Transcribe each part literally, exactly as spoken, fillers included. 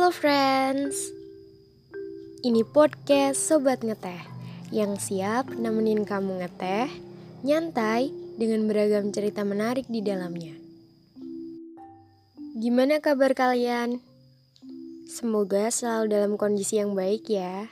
Halo friends, ini podcast Sobat Ngeteh yang siap nemenin kamu ngeteh, nyantai dengan beragam cerita menarik di dalamnya. Gimana kabar kalian? Semoga selalu dalam kondisi yang baik ya.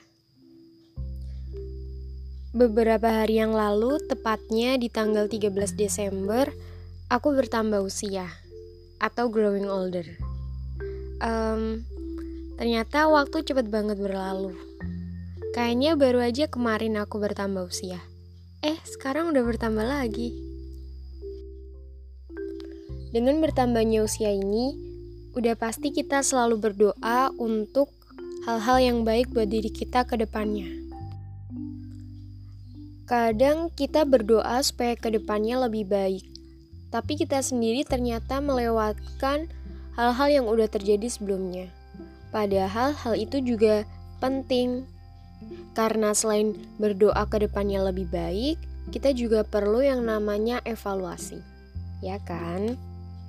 Beberapa hari yang lalu, tepatnya di tanggal tiga belas Desember, aku bertambah usia atau growing older. Um, ternyata waktu cepat banget berlalu. Kayaknya baru aja kemarin aku bertambah usia. Eh, sekarang udah bertambah lagi. Dengan bertambahnya usia ini, udah pasti kita selalu berdoa untuk hal-hal yang baik buat diri kita ke depannya. Kadang kita berdoa supaya ke depannya lebih baik, tapi kita sendiri ternyata melewatkan hal-hal yang udah terjadi sebelumnya. Padahal hal itu juga penting. Karena selain berdoa ke depannya lebih baik, kita juga perlu yang namanya evaluasi. Ya kan?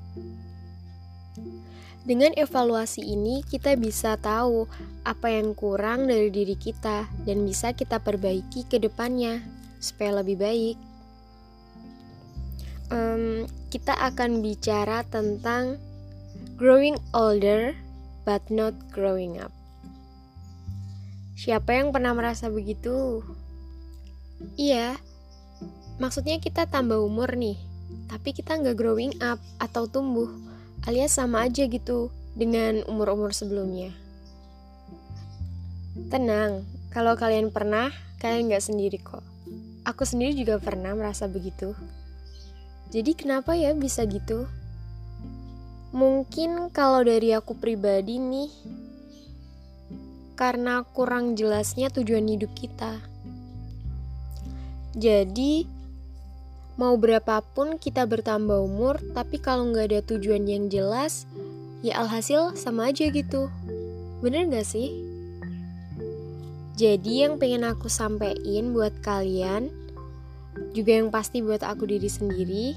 Dengan evaluasi ini kita bisa tahu apa yang kurang dari diri kita dan bisa kita perbaiki ke depannya supaya lebih baik. Um, kita akan bicara tentang growing older but not growing up. Siapa yang pernah merasa begitu? Iya, maksudnya kita tambah umur nih, tapi kita nggak growing up atau tumbuh, alias sama aja gitu dengan umur-umur sebelumnya. Tenang, kalau kalian pernah, kalian nggak sendiri kok. Aku sendiri juga pernah merasa begitu. Jadi kenapa ya bisa gitu? Mungkin kalau dari aku pribadi nih, karena kurang jelasnya tujuan hidup kita. Jadi, mau berapapun kita bertambah umur, tapi kalau nggak ada tujuan yang jelas, ya alhasil sama aja gitu. Bener nggak sih? Jadi yang pengen aku sampein buat kalian, juga yang pasti buat aku diri sendiri,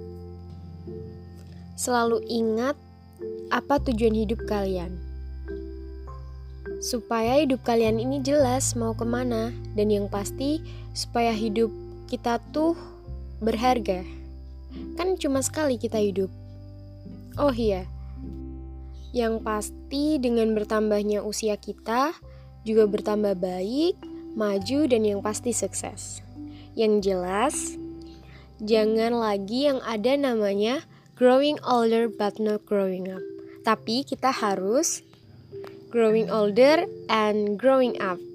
selalu ingat apa tujuan hidup kalian. Supaya hidup kalian ini jelas mau kemana. Dan yang pasti supaya hidup kita tuh berharga. Kan cuma sekali kita hidup. Oh iya, yang pasti dengan bertambahnya usia kita juga bertambah baik, maju dan yang pasti sukses. Yang jelas, jangan lagi yang ada namanya growing older but not growing up. Tapi kita harus growing older and growing up.